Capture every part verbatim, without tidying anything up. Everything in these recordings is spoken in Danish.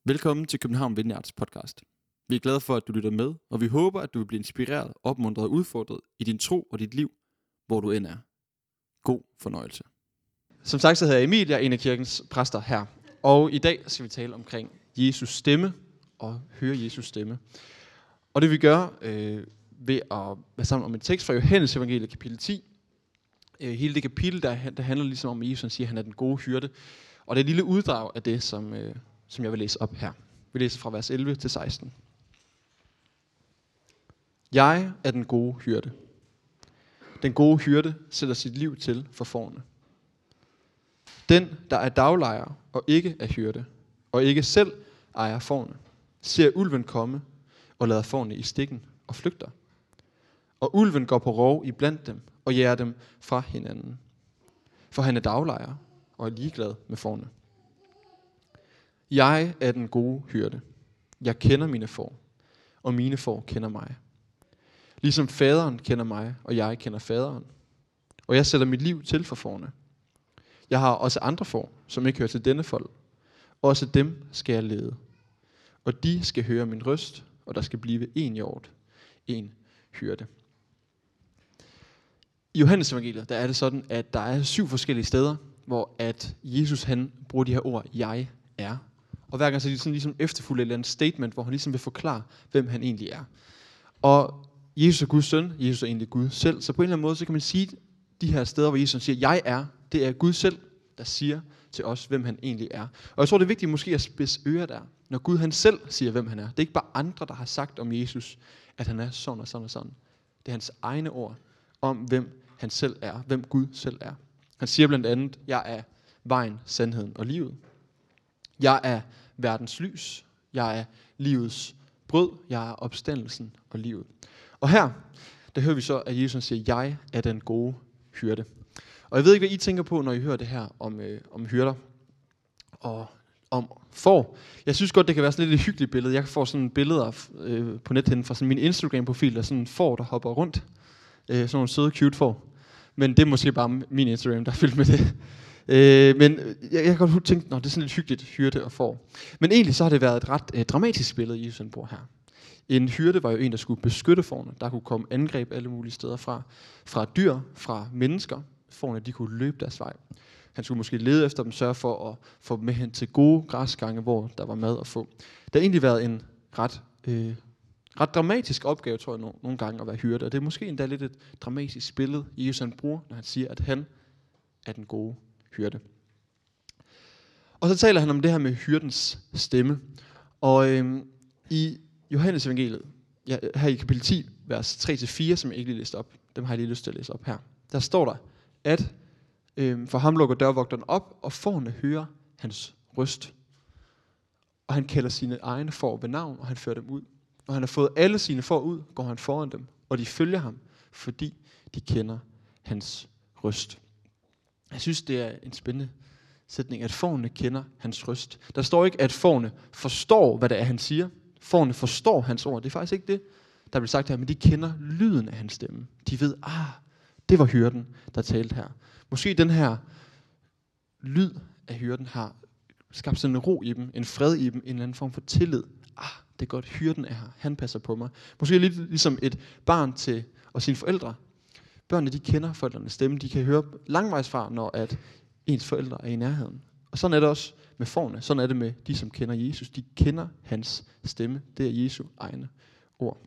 Velkommen til København Vineyards podcast. Vi er glade for, at du lytter med, og vi håber, at du vil blive inspireret, opmuntret og udfordret i din tro og dit liv, hvor du end er. God fornøjelse. Som sagt, så hedder jeg Emil, jeg er en af kirkens præster her. Og i dag skal vi tale omkring Jesus stemme og høre Jesus stemme. Og det vi gør øh, ved at være sammen om en tekst fra Johannes evangeliet kapitel ti. Øh, hele det kapitel, der, der handler ligesom om, at Jesus siger, at han er den gode hyrde. Og det er et lille uddrag af det, som... Øh, som jeg vil læse op her. Vi læser fra vers elleve til seksten. Jeg er den gode hyrde. Den gode hyrde sætter sit liv til for fårene. Den, der er daglejer og ikke er hyrde, og ikke selv ejer fårene, ser ulven komme og lader fårene i stikken og flygter. Og ulven går på rov iblandt dem og jager dem fra hinanden. For han er daglejer og er ligeglad med fårene. Jeg er den gode hyrde. Jeg kender mine får, og mine får kender mig. Ligesom faderen kender mig, og jeg kender faderen. Og jeg sætter mit liv til for fårene. Jeg har også andre får, som ikke hører til denne fold. Også dem skal jeg lede. Og de skal høre min røst, og der skal blive en hjort, en hyrde. I Johannes evangeliet, der er det sådan, at der er syv forskellige steder, hvor at Jesus han bruger de her ord, jeg er. Og hver gang så er det sådan ligesom efterfulgt et eller andet statement, hvor han ligesom vil forklare, hvem han egentlig er. Og Jesus er Guds søn, Jesus er egentlig Gud selv. Så på en eller anden måde, så kan man sige, de her steder, hvor Jesus siger, jeg er, det er Gud selv, der siger til os, hvem han egentlig er. Og jeg tror, det er vigtigt måske at spidse ører der, når Gud han selv siger, hvem han er. Det er ikke bare andre, der har sagt om Jesus, at han er sådan og sådan og sådan. Det er hans egne ord om, hvem han selv er, hvem Gud selv er. Han siger blandt andet, jeg er vejen, sandheden og livet. Jeg er verdens lys. Jeg er livets brød. Jeg er opstandelsen og livet. Og her, der hører vi så, at Jesus siger, jeg er den gode hyrde. Og jeg ved ikke, hvad I tænker på, når I hører det her om, øh, om hyrder og om får. Jeg synes godt, det kan være sådan lidt et hyggeligt billede. Jeg får sådan billeder øh, på nethen fra sådan min Instagram-profil, der sådan en får, der hopper rundt. Øh, sådan nogle søde, cute får. Men det er måske bare min Instagram, der er fyldt med det. Øh, men jeg, jeg kan godt tænke, at det er sådan lidt hyggeligt hyrde og får. Men egentlig så har det været et ret øh, dramatisk billede, Jesus han bruger her. En hyrde var jo en, der skulle beskytte fårene. Der kunne komme angreb alle mulige steder fra. Fra dyr, fra mennesker. Fårene, de kunne løbe deres vej. Han skulle måske lede efter dem, sørge for at få dem med hen til gode græsgange, hvor der var mad at få. Det har egentlig været en ret, øh, ret dramatisk opgave, tror jeg, no- nogle gange at være hyrde. Og det er måske endda lidt et dramatisk billede, Jesus han bruger, når han siger, at han er den gode hyrde. Og så taler han om det her med hyrdens stemme. Og øhm, i Johannes evangeliet, ja, her i kapitel ti, vers tre til fire, som jeg ikke lige læste op, dem har jeg lige lyst til at læse op her. Der står der, at øhm, for ham lukker dørvogteren op, og fårene hører hans røst. Og han kalder sine egne får ved navn, og han fører dem ud. Når han har fået alle sine får ud, går han foran dem, og de følger ham, fordi de kender hans røst. Jeg synes, det er en spændende sætning, at fårene kender hans røst. Der står ikke, at fårene forstår, hvad det er, han siger. Fårene forstår hans ord. Det er faktisk ikke det, der bliver sagt her, men de kender lyden af hans stemme. De ved, ah, det var hyrden, der talte her. Måske den her lyd af hyrden har skabt sådan en ro i dem, en fred i dem, en eller anden form for tillid. Ah, det er godt, hyrden er her. Han passer på mig. Måske lidt ligesom et barn til og sine forældre. Børnene, de kender forældrenes stemme. De kan høre langvejs fra, når at ens forældre er i nærheden. Og sådan er det også med fårene. Sådan er det med de, som kender Jesus. De kender hans stemme. Det er Jesu egne ord.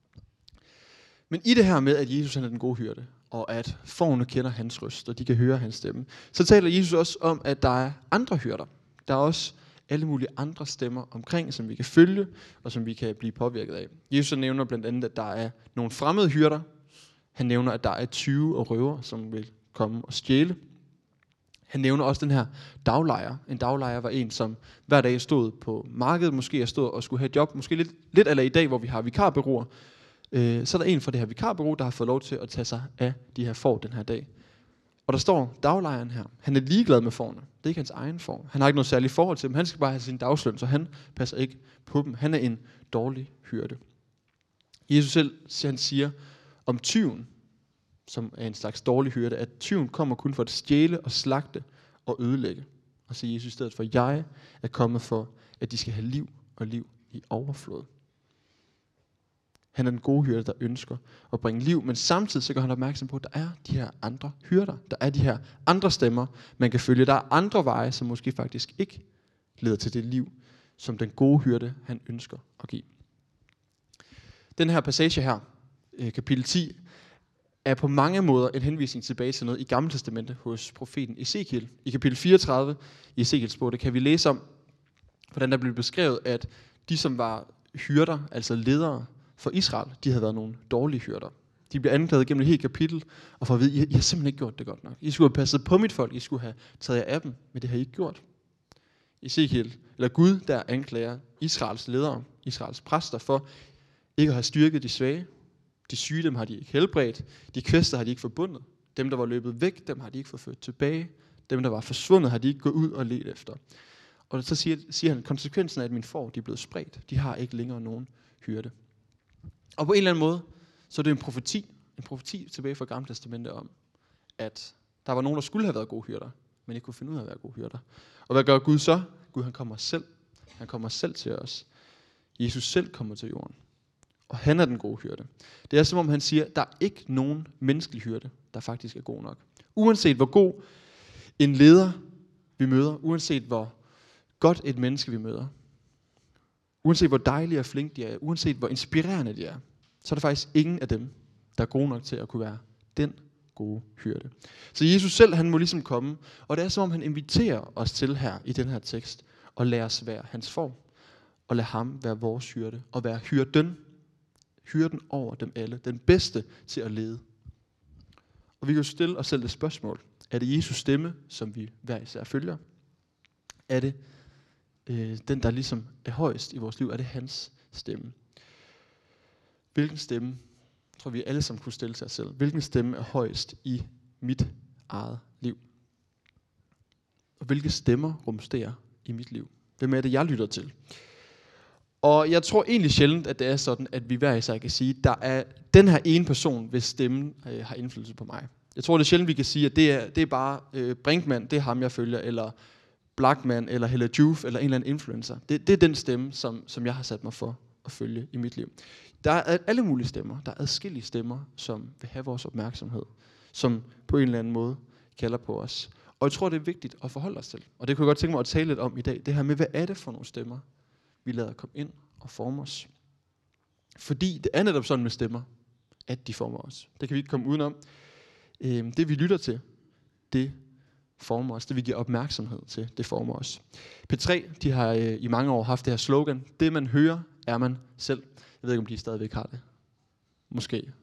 Men i det her med, at Jesus han er den gode hyrde, og at fårene kender hans røst, og de kan høre hans stemme, så taler Jesus også om, at der er andre hyrder. Der er også alle mulige andre stemmer omkring, som vi kan følge, og som vi kan blive påvirket af. Jesus nævner blandt andet, at der er nogle fremmede hyrder. Han nævner, at der er tyve og røver, som vil komme og stjæle. Han nævner også den her daglejer. En daglejer var en, som hver dag stod på markedet, måske stod og skulle have et job, måske lidt, lidt eller i dag, hvor vi har vikarbureauer. Øh, så er der en fra det her vikarbureau, der har fået lov til at tage sig af de her får den her dag. Og der står daglejeren her. Han er ligeglad med fårene. Det er ikke hans egen får. Han har ikke noget særligt forhold til dem. Han skal bare have sin dagsløn, så han passer ikke på dem. Han er en dårlig hyrde. Jesus selv han siger om tyven, som er en slags dårlig hyrde, at tyven kommer kun for at stjæle og slagte og ødelægge. Og så Jesus i stedet for, jeg er kommet for at de skal have liv og liv i overflod. Han er den gode hyrde, der ønsker at bringe liv, men samtidig så gør han opmærksom på, at der er de her andre hyrder. Der er de her andre stemmer, man kan følge. Der er andre veje, som måske faktisk ikke leder til det liv, som den gode hyrde, han ønsker at give. Den her passage her, kapitel ti, er på mange måder en henvisning tilbage til noget i Gamle Testamentet hos profeten Ezekiel. I kapitel fireogtredive i Ezekiels bog, kan vi læse om, hvordan der blev beskrevet, at de, som var hyrder, altså ledere for Israel, de havde været nogle dårlige hyrder. De blev anklaget gennem et helt kapitel, og for at vide, I, I har simpelthen ikke gjort det godt nok. I skulle have passet på mit folk, I skulle have taget jer af dem, men det har I ikke gjort. Ezekiel, eller Gud, der anklager Israels ledere, Israels præster, for ikke at have styrket de svage. De syge, dem har de ikke helbredt. De kvæster har de ikke forbundet. Dem, der var løbet væk, dem har de ikke forført tilbage. Dem, der var forsvundet, har de ikke gået ud og ledt efter. Og så siger, siger han, konsekvensen af, at mine får, de er blevet spredt. De har ikke længere nogen hyrde. Og på en eller anden måde, så er det en profeti, en profeti tilbage fra Gamle Testamentet om, at der var nogen, der skulle have været gode hyrder, men ikke kunne finde ud af at være gode hyrder. Og hvad gør Gud så? Gud, han kommer selv. Han kommer selv til os. Jesus selv kommer til jorden. Og han er den gode hyrde. Det er som om han siger, der er ikke nogen menneskelig hyrde, der faktisk er god nok. Uanset hvor god en leder vi møder, uanset hvor godt et menneske vi møder, uanset hvor dejlige og flinke de er, uanset hvor inspirerende de er, så er der faktisk ingen af dem, der er gode nok til at kunne være den gode hyrde. Så Jesus selv, han må ligesom komme, og det er som om han inviterer os til her i den her tekst, og lade os være hans form, og lade ham være vores hyrde, og være hyrden, hyrden over dem alle, den bedste til at lede. Og vi kan jo stille os selv et spørgsmål. Er det Jesus stemme, som vi hver især følger? Er det øh, den, der ligesom er højst i vores liv? Er det hans stemme? Hvilken stemme, tror vi alle sammen kunne stille sig selv, hvilken stemme er højst i mit eget liv? Og hvilke stemmer rumsterer i mit liv? Hvem er det, jeg lytter til? Og jeg tror egentlig sjældent, at det er sådan, at vi hver især kan sige, at der er den her ene person, hvis stemmen øh, har indflydelse på mig. Jeg tror, det er sjældent, vi kan sige, at det er, det er bare øh, Brinkmann, det er ham, jeg følger, eller Blackman, eller Hella Juf, eller en eller anden influencer. Det, det er den stemme, som, som jeg har sat mig for at følge i mit liv. Der er alle mulige stemmer. Der er adskillige stemmer, som vil have vores opmærksomhed, som på en eller anden måde kalder på os. Og jeg tror, det er vigtigt at forholde os til. Og det kunne jeg godt tænke mig at tale lidt om i dag. Det her med, hvad er det for nogle stemmer, vi lader komme ind og forme os. Fordi det er netop sådan med stemmer, at de former os. Det kan vi ikke komme udenom. Øhm, det vi lytter til, det former os. Det vi giver opmærksomhed til, det former os. P tre, de har øh, i mange år haft det her slogan, det man hører, er man selv. Jeg ved ikke, om de stadigvæk har det. Måske.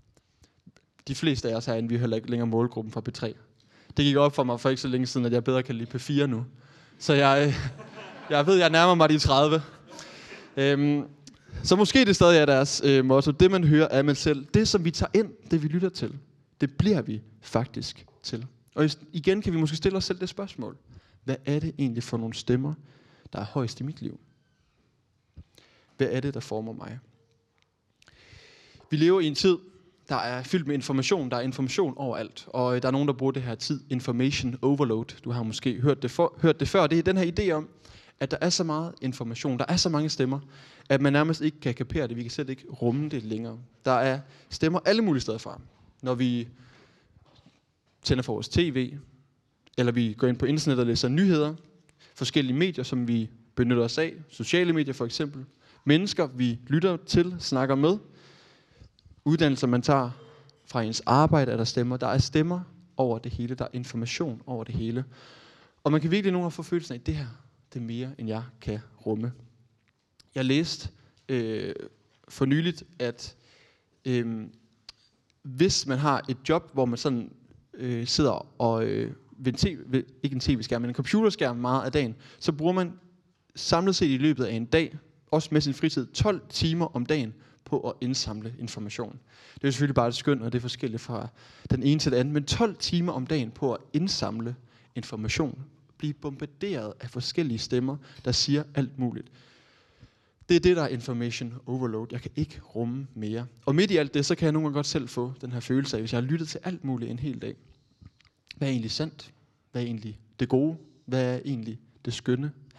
De fleste af os herinde, vi heller ikke længere målgruppen for P tre. Det gik op for mig for ikke så længe siden, at jeg bedre kan lide P fire nu. Så jeg, øh, jeg ved, jeg nærmer mig de tredive. Øhm, så måske det stadig er deres øh, motto. Det man hører er man selv. Det som vi tager ind, det vi lytter til, det bliver vi faktisk til. Og igen kan vi måske stille os selv det spørgsmål. Hvad er det egentlig for nogle stemmer, der er højst i mit liv? Hvad er det, der former mig? Vi lever i en tid, der er fyldt med information. Der er information overalt. Og der er nogen, der bruger det her tid. Information overload. Du har måske hørt det, for, hørt det før. Det er den her idé om, at der er så meget information, der er så mange stemmer, at man nærmest ikke kan kapere det. Vi kan selv ikke rumme det længere. Der er stemmer alle mulige steder fra. Når vi tænder for vores tv, eller vi går ind på internettet og læser nyheder, forskellige medier, som vi benytter os af, sociale medier for eksempel, mennesker, vi lytter til, snakker med, uddannelser, man tager fra ens arbejde, er der stemmer. Der er stemmer over det hele, der er information over det hele. Og man kan virkelig nogle gange få følelsen af, at det her, det er mere, end jeg kan rumme. Jeg læste øh, for nyligt, at øh, hvis man har et job, hvor man sådan øh, sidder og øh, ved en tv, ved, ikke en tv-skærm, men en computerskærm meget af dagen, så bruger man samlet set i løbet af en dag, også med sin fritid, tolv timer om dagen på at indsamle information. Det er selvfølgelig bare et skøn, og det er forskelligt fra den ene til den anden, men tolv timer om dagen på at indsamle information, blive bombarderet af forskellige stemmer, der siger alt muligt. Det er det, der er information overload. Jeg kan ikke rumme mere. Og midt i alt det, så kan jeg nogle gange godt selv få den her følelse af, hvis jeg har lyttet til alt muligt en hel dag. Hvad er egentlig sandt? Hvad er egentlig det gode? Hvad er egentlig det skønne her?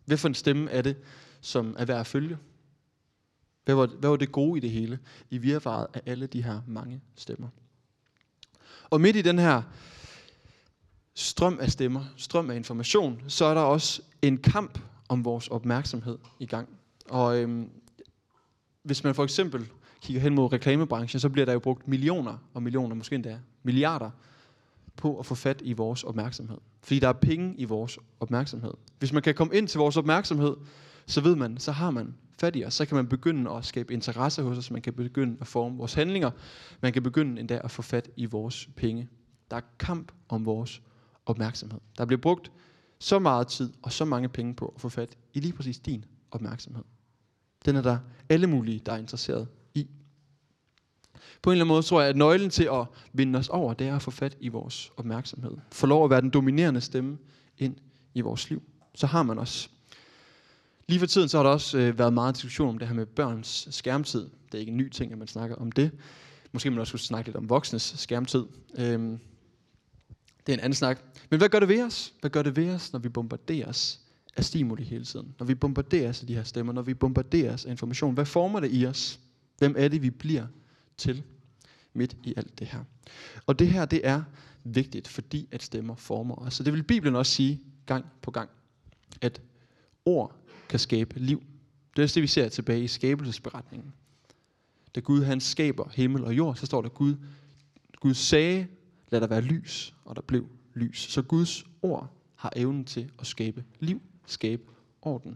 Hvad for en stemme er det, som er værd at følge? Hvad var, hvad var det gode i det hele? I virvaret af alle de her mange stemmer. Og midt i den her strøm af stemmer, strøm af information, så er der også en kamp om vores opmærksomhed i gang. Og øhm, hvis man for eksempel kigger hen mod reklamebranchen, så bliver der jo brugt millioner og millioner, måske endda milliarder, på at få fat i vores opmærksomhed. Fordi der er penge i vores opmærksomhed. Hvis man kan komme ind til vores opmærksomhed, så ved man, så har man fat i os. Så kan man begynde at skabe interesse hos os. Man kan begynde at forme vores handlinger. Man kan begynde endda at få fat i vores penge. Der er kamp om vores opmærksomhed. Der bliver brugt så meget tid og så mange penge på at få fat i lige præcis din opmærksomhed. Den er der alle mulige, der er interesseret i. På en eller anden måde tror jeg, at nøglen til at vinde os over, det er at få fat i vores opmærksomhed. Få lov at være den dominerende stemme ind i vores liv. Så har man også. Lige for tiden så har der også øh, været meget diskussion om det her med børns skærmtid. Det er ikke en ny ting, at man snakker om det. Måske man også skulle snakke lidt om voksnes skærmtid. Øhm, det er en anden snak. Men hvad gør det ved os? Hvad gør det ved os, når vi bombarderes af stimuli hele tiden? Når vi bombarderes af de her stemmer? Når vi bombarderes af information? Hvad former det i os? Hvem er det, vi bliver til midt i alt det her? Og det her, det er vigtigt, fordi at stemmer former os. Så det vil Bibelen også sige gang på gang, at ord kan skabe liv. Det er det, vi ser tilbage i skabelsesberetningen. Da Gud han skaber himmel og jord, så står der, Gud, Gud sagde, lad der være lys, og der blev lys. Så Guds ord har evnen til at skabe liv, skabe orden.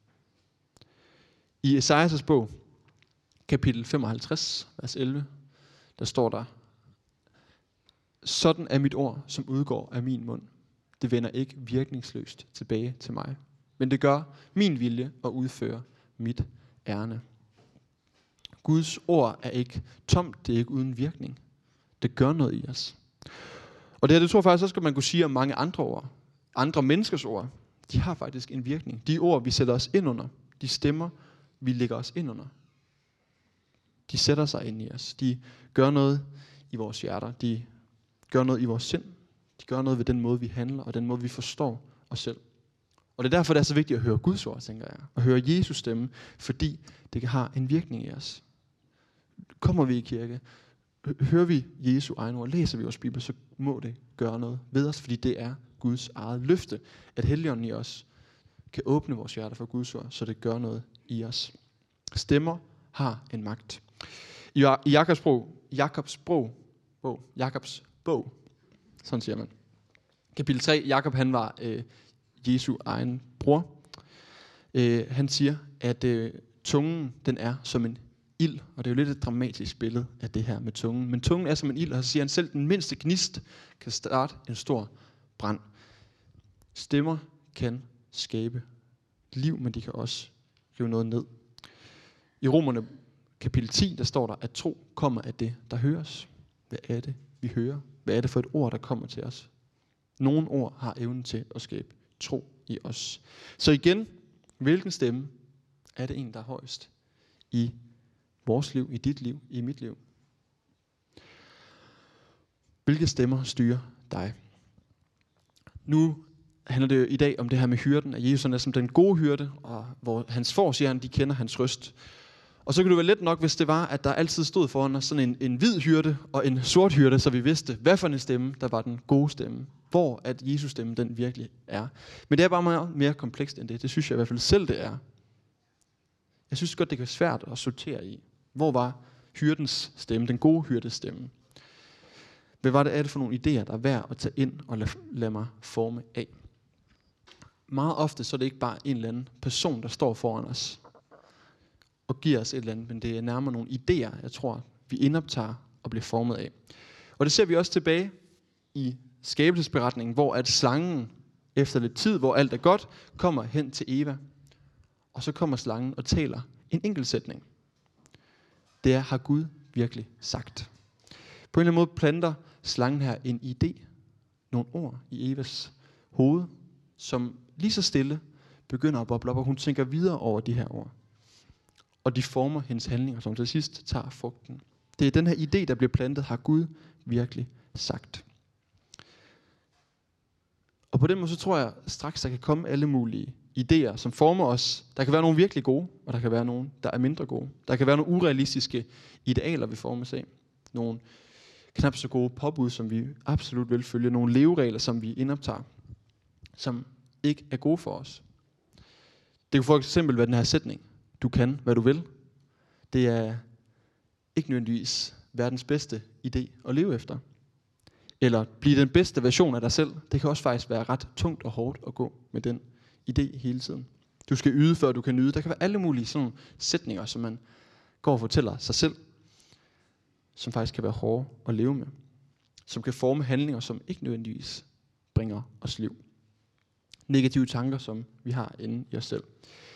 I Esajas bog, kapitel femoghalvtreds, vers elleve, der står der, sådan er mit ord, som udgår af min mund. Det vender ikke virkningsløst tilbage til mig, men det gør min vilje at udføre mit ærne. Guds ord er ikke tomt, det er ikke uden virkning. Det gør noget i os. Og det her, det tror jeg faktisk også, at man kunne sige om mange andre ord. Andre menneskers ord, de har faktisk en virkning. De ord, vi sætter os ind under, de stemmer, vi lægger os ind under, de sætter sig ind i os. De gør noget i vores hjerter. De gør noget i vores sind. De gør noget ved den måde, vi handler, og den måde, vi forstår os selv. Og det er derfor, det er så vigtigt at høre Guds ord, tænker jeg. At høre Jesus stemme, fordi det har en virkning i os. Kommer vi i kirke, hører vi Jesu egen ord, læser vi vores Bibel, så må det gøre noget ved os, fordi det er Guds eget løfte, at Helligånden i os kan åbne vores hjerter for Guds ord, så det gør noget i os. Stemmer har en magt. I Jakobs bog, Jakobs bog, bog, Jakobs bog, sådan siger man. Kapitel tre, Jakob han var øh, Jesu egen bror. Øh, han siger, at øh, tungen den er som en ild, og det er jo lidt et dramatisk billede af det her med tungen. Men tungen er som en ild, og så siger han selv, at den mindste gnist kan starte en stor brand. Stemmer kan skabe liv, men de kan også rive noget ned. I Romerne kapitel ti, der står der, at tro kommer af det, der høres. Hvad er det, vi hører? Hvad er det for et ord, der kommer til os? Nogle ord har evnen til at skabe tro i os. Så igen, hvilken stemme er det en, der er højst i vores liv, i dit liv, i mit liv? Hvilke stemmer styrer dig? Nu handler det jo i dag om det her med hyrden, at Jesus er som den gode hyrde, og hvor hans får, siger han, de kender hans røst. Og så kunne det være let nok, hvis det var, at der altid stod foran os sådan en, en hvid hyrde og en sort hyrde, så vi vidste, hvad for en stemme, der var den gode stemme. Hvor at Jesus stemme, den virkelig er. Men det er bare meget mere komplekst end det. Det synes jeg i hvert fald selv, det er. Jeg synes godt, det kan være svært at sortere i. Hvor var hyrdens stemme, den gode hyrdes stemme? Hvad var det, er det for nogle idéer, der er værd at tage ind og lade, lade mig forme af? Meget ofte så er det ikke bare en eller anden person, der står foran os og giver os et eller andet, men det er nærmere nogle idéer, jeg tror, vi indoptager og bliver formet af. Og det ser vi også tilbage i skabelsesberetningen, hvor at slangen efter lidt tid, hvor alt er godt, kommer hen til Eva. Og så kommer slangen og taler en enkelt sætning. Det er, har Gud virkelig sagt. På en eller anden måde planter slangen her en idé, nogle ord i Evas hoved, som lige så stille begynder at boble op, og hun tænker videre over de her ord. Og de former hendes handlinger, som til sidst tager frugten. Det er den her idé, der bliver plantet, har Gud virkelig sagt. Og på den måde, så tror jeg straks, der kan komme alle mulige idéer, som former os. Der kan være nogle virkelig gode, og der kan være nogle, der er mindre gode. Der kan være nogle urealistiske idealer, vi formes af. Nogle knap så gode påbud, som vi absolut vil følge. Nogle leveregler, som vi indoptager, som ikke er gode for os. Det kunne for eksempel være den her sætning: du kan, hvad du vil. Det er ikke nødvendigvis verdens bedste idé at leve efter. Eller blive den bedste version af dig selv. Det kan også faktisk være ret tungt og hårdt at gå med den idé hele tiden. Du skal yde, før du kan nyde. Der kan være alle mulige sådan nogle sætninger, som man går og fortæller sig selv, som faktisk kan være hårde at leve med. Som kan forme handlinger, som ikke nødvendigvis bringer os liv. Negative tanker, som vi har inde i os selv.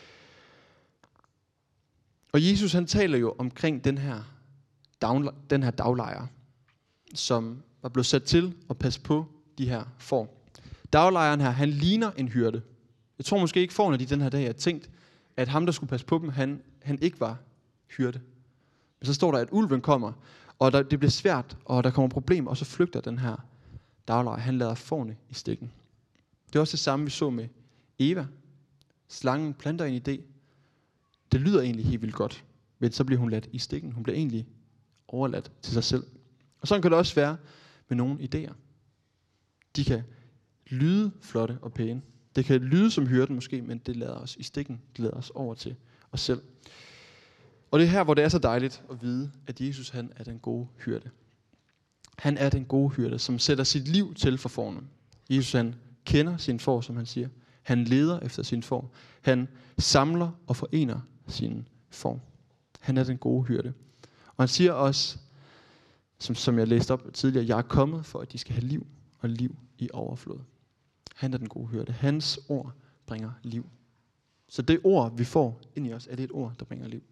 Og Jesus, han taler jo omkring den her, down, den her daglejre, som var blevet sat til at passe på de her får. Daglejren her, han ligner en hyrde. Jeg tror måske ikke forne de den her dag har tænkt, at ham, der skulle passe på dem, han, han ikke var hyrde. Men så står der, at ulven kommer, og der, det bliver svært, og der kommer problemer, og så flygter den her daglejre. Han lader fårene i stikken. Det er også det samme, vi så med Eva. Slangen planter en idé. Det lyder egentlig helt vildt godt, men så bliver hun ladt i stikken. Hun bliver egentlig overladt til sig selv. Og sådan kan det også være med nogle idéer. De kan lyde flotte og pæne. Det kan lyde som hyrden måske, men det lader os i stikken. Det lader os over til os selv. Og det er her, hvor det er så dejligt at vide, at Jesus, han er den gode hyrde. Han er den gode hyrde, som sætter sit liv til for fårene. Jesus, han kender sin får, som han siger. Han leder efter sin får. Han samler og forener sine får. Han er den gode hyrde. Og han siger også, som, som jeg læste op tidligere, jeg er kommet for, at de skal have liv og liv i overflod. Han er den gode hyrde. Hans ord bringer liv. Så det ord, vi får ind i os, er det et ord, der bringer liv.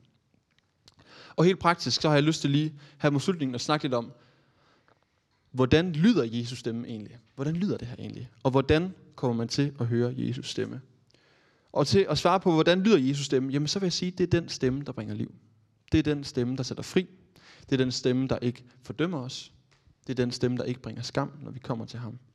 Og helt praktisk, så har jeg lyst til lige her mod slutningen at snakke lidt om, hvordan lyder Jesus stemme egentlig? Hvordan lyder det her egentlig? Og hvordan kommer man til at høre Jesus stemme? Og til at svare på, hvordan lyder Jesus stemme, jamen så vil jeg sige, det er den stemme, der bringer liv. Det er den stemme, der sætter fri. Det er den stemme, der ikke fordømmer os. Det er den stemme, der ikke bringer skam, når vi kommer til ham.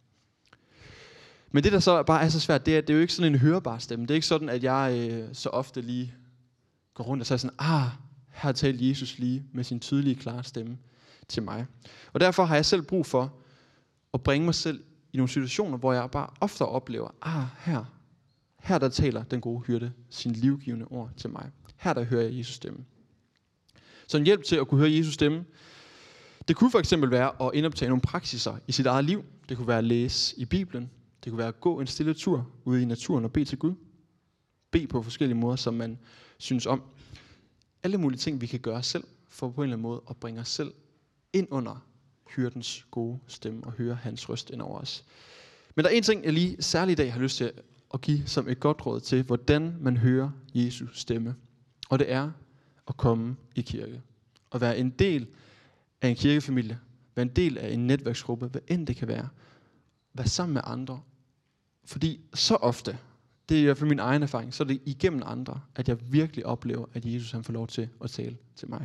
Men det, der så bare er så svært, det er, det er jo ikke sådan en hørbar stemme. Det er ikke sådan, at jeg øh, så ofte lige går rundt og siger sådan, ah, her talte Jesus lige med sin tydelige, klare stemme til mig. Og derfor har jeg selv brug for at bringe mig selv i nogle situationer, hvor jeg bare ofte oplever, ah, her, her der taler den gode hyrde sin livgivende ord til mig. Her der hører jeg Jesus stemme. Så en hjælp til at kunne høre Jesus stemme, det kunne for eksempel være at indoptage nogle praksiser i sit eget liv. Det kunne være at læse i Bibelen. Det kunne være at gå en stille tur ude i naturen og bede til Gud. Bede på forskellige måder, som man synes om. Alle mulige ting, vi kan gøre selv, for på en eller anden måde at bringe os selv ind under hyrdens gode stemme og høre hans røst ind over os. Men der er en ting, jeg lige særligt i dag har lyst til at give som et godt råd til, hvordan man hører Jesu stemme. Og det er at komme i kirke. Og være en del af en kirkefamilie. Være en del af en netværksgruppe, hvad end det kan være. Være sammen med andre. Fordi så ofte, det er i hvert fald min egen erfaring, så er det igennem andre, at jeg virkelig oplever, at Jesus han får lov til at tale til mig.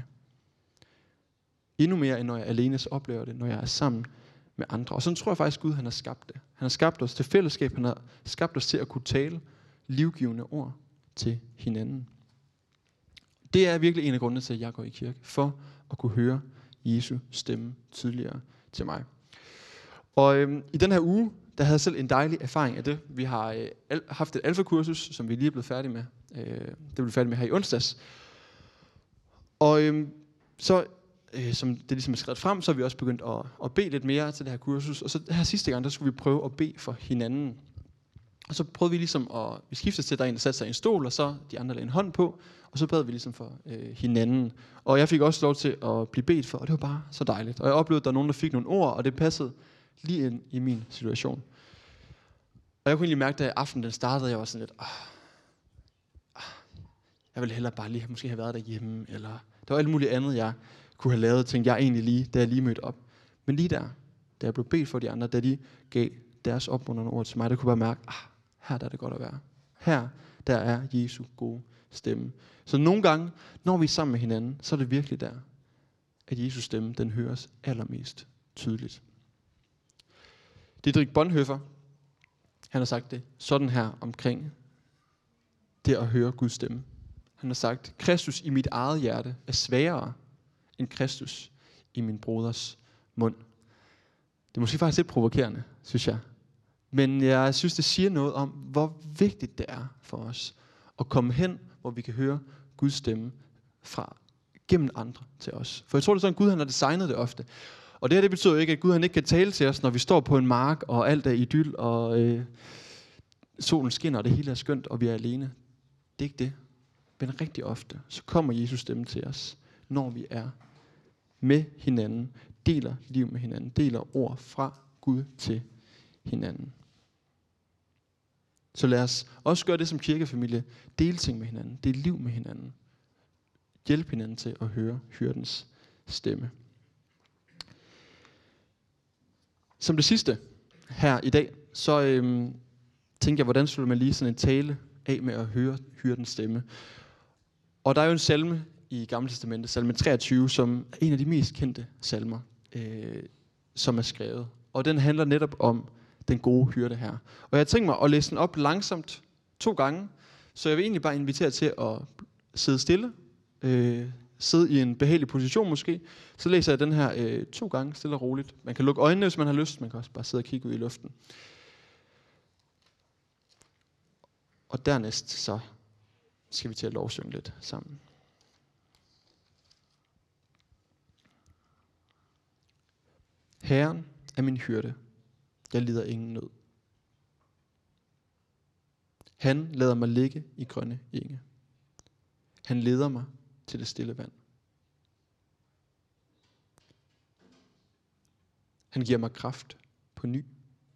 Endnu mere, end når jeg alene så oplever det, når jeg er sammen med andre. Og sådan tror jeg faktisk, Gud han har skabt det. Han har skabt os til fællesskab. Han har skabt os til at kunne tale livgivende ord til hinanden. Det er virkelig en af grundene til, at jeg går i kirke. For at kunne høre Jesu stemme tydeligere til mig. Og øhm, i den her uge, der havde jeg selv en dejlig erfaring af det. Vi har øh, al- haft et alfakursus, som vi lige er blevet færdige med. Øh, det blev vi færdige med her i onsdags. Og øhm, så, øh, som det ligesom er skrevet frem, så har vi også begyndt at, at bede lidt mere til det her kursus. Og så her sidste gang, der skulle vi prøve at bede for hinanden. Og så prøvede vi ligesom at, vi skiftede til, at der er en, der satte sig i en stol, og så de andre lagde en hånd på. Og så bad vi ligesom for øh, hinanden. Og jeg fik også lov til at blive bedt for, og det var bare så dejligt. Og jeg oplevede, at der var nogen, der fik nogle ord, og det passede lige ind i min situation. Og jeg kunne egentlig mærke, da aftenen den startede, jeg var sådan lidt, ah, ah, jeg ville hellere bare lige måske have været derhjemme, eller der var alt muligt andet, jeg kunne have lavet, tænkte jeg egentlig lige, da jeg lige mødte op. Men lige der, da jeg blev bedt for de andre, da de gav deres opmuntrende ord til mig, der kunne jeg bare mærke, ah, her der er det godt at være. Her, der er Jesu gode stemme. Så nogle gange, når vi er sammen med hinanden, så er det virkelig der, at Jesus stemme, den høres allermest tydeligt. Dietrich Bonhoeffer, han har sagt det sådan her omkring det at høre Guds stemme. Han har sagt, Kristus i mit eget hjerte er sværere end Kristus i min broders mund. Det er måske faktisk lidt provokerende, synes jeg. Men jeg synes, det siger noget om, hvor vigtigt det er for os at komme hen, hvor vi kan høre Guds stemme fra gennem andre til os. For jeg tror, det er sådan, at Gud han har designet det ofte. Og det her, det betyder jo ikke, at Gud han ikke kan tale til os, når vi står på en mark, og alt er idyl, og øh, solen skinner, og det hele er skønt, og vi er alene. Det er ikke det. Men rigtig ofte, så kommer Jesus stemme til os, når vi er med hinanden, deler liv med hinanden, deler ord fra Gud til hinanden. Så lad os også gøre det som kirkefamilie, dele ting med hinanden, dele liv med hinanden, hjælpe hinanden til at høre hyrdens stemme. Som det sidste her i dag, så øhm, tænker jeg, hvordan skulle man lige sådan en tale af med at høre hyrdens stemme. Og der er jo en salme i Gamle Testamentet, salme treogtyve, som er en af de mest kendte salmer, øh, som er skrevet. Og den handler netop om den gode hyrde her. Og jeg har tænkt mig at læse den op langsomt to gange, så jeg vil egentlig bare invitere til at sidde stille, øh, sidde i en behagelig position måske. Så læser jeg den her øh, to gange, stille og roligt. Man kan lukke øjnene, hvis man har lyst. Man kan også bare sidde og kigge ud i luften. Og dernæst så skal vi til at lovsynge lidt sammen. Herren er min hyrde. Jeg lider ingen nød. Han lader mig ligge i grønne enge. Han leder mig til det stille vand. Han giver mig kraft på ny.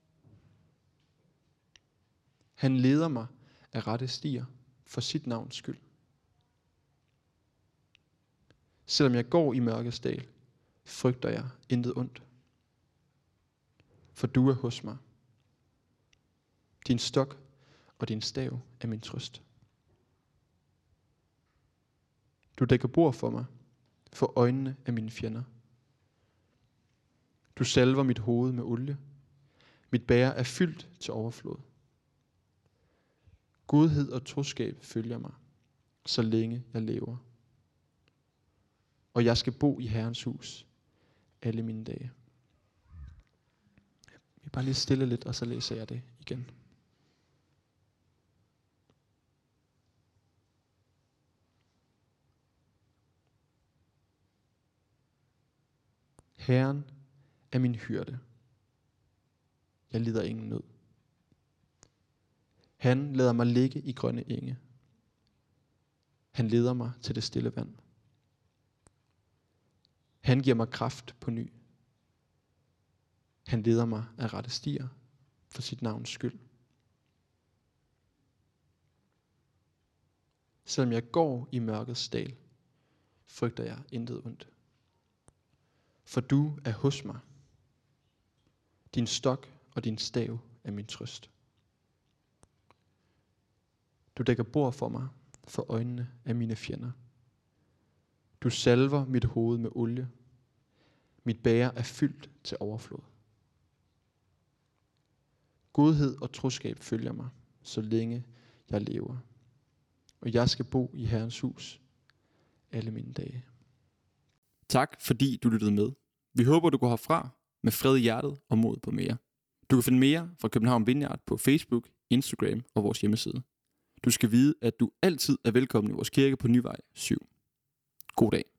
Han leder mig af rette stier for sit navns skyld. Selvom jeg går i mørkets dal, frygter jeg intet ondt. For du er hos mig. Din stok og din stav er min trøst. Du dækker bord for mig, for øjnene af mine fjender. Du salver mit hoved med olie. Mit bæger er fyldt til overflod. Godhed og troskab følger mig, så længe jeg lever. Og jeg skal bo i Herrens hus alle mine dage. Jeg vil bare lige stille lidt, og så læser jeg det igen. Herren er min hyrde. Jeg lider ingen nød. Han lader mig ligge i grønne enge. Han leder mig til det stille vand. Han giver mig kraft på ny. Han leder mig af rette stier for sit navns skyld. Selvom jeg går i mørkets dal, frygter jeg intet ondt. For du er hos mig. Din stok og din stav er min trøst. Du dækker bord for mig, for øjnene af mine fjender. Du salver mit hoved med olie. Mit bæger er fyldt til overflod. Godhed og troskab følger mig, så længe jeg lever. Og jeg skal bo i Herrens hus alle mine dage. Tak fordi du lyttede med. Vi håber du går herfra med fred i hjertet og mod på mere. Du kan finde mere fra København Vineyard på Facebook, Instagram og vores hjemmeside. Du skal vide, at du altid er velkommen i vores kirke på Nyvej syv. God dag.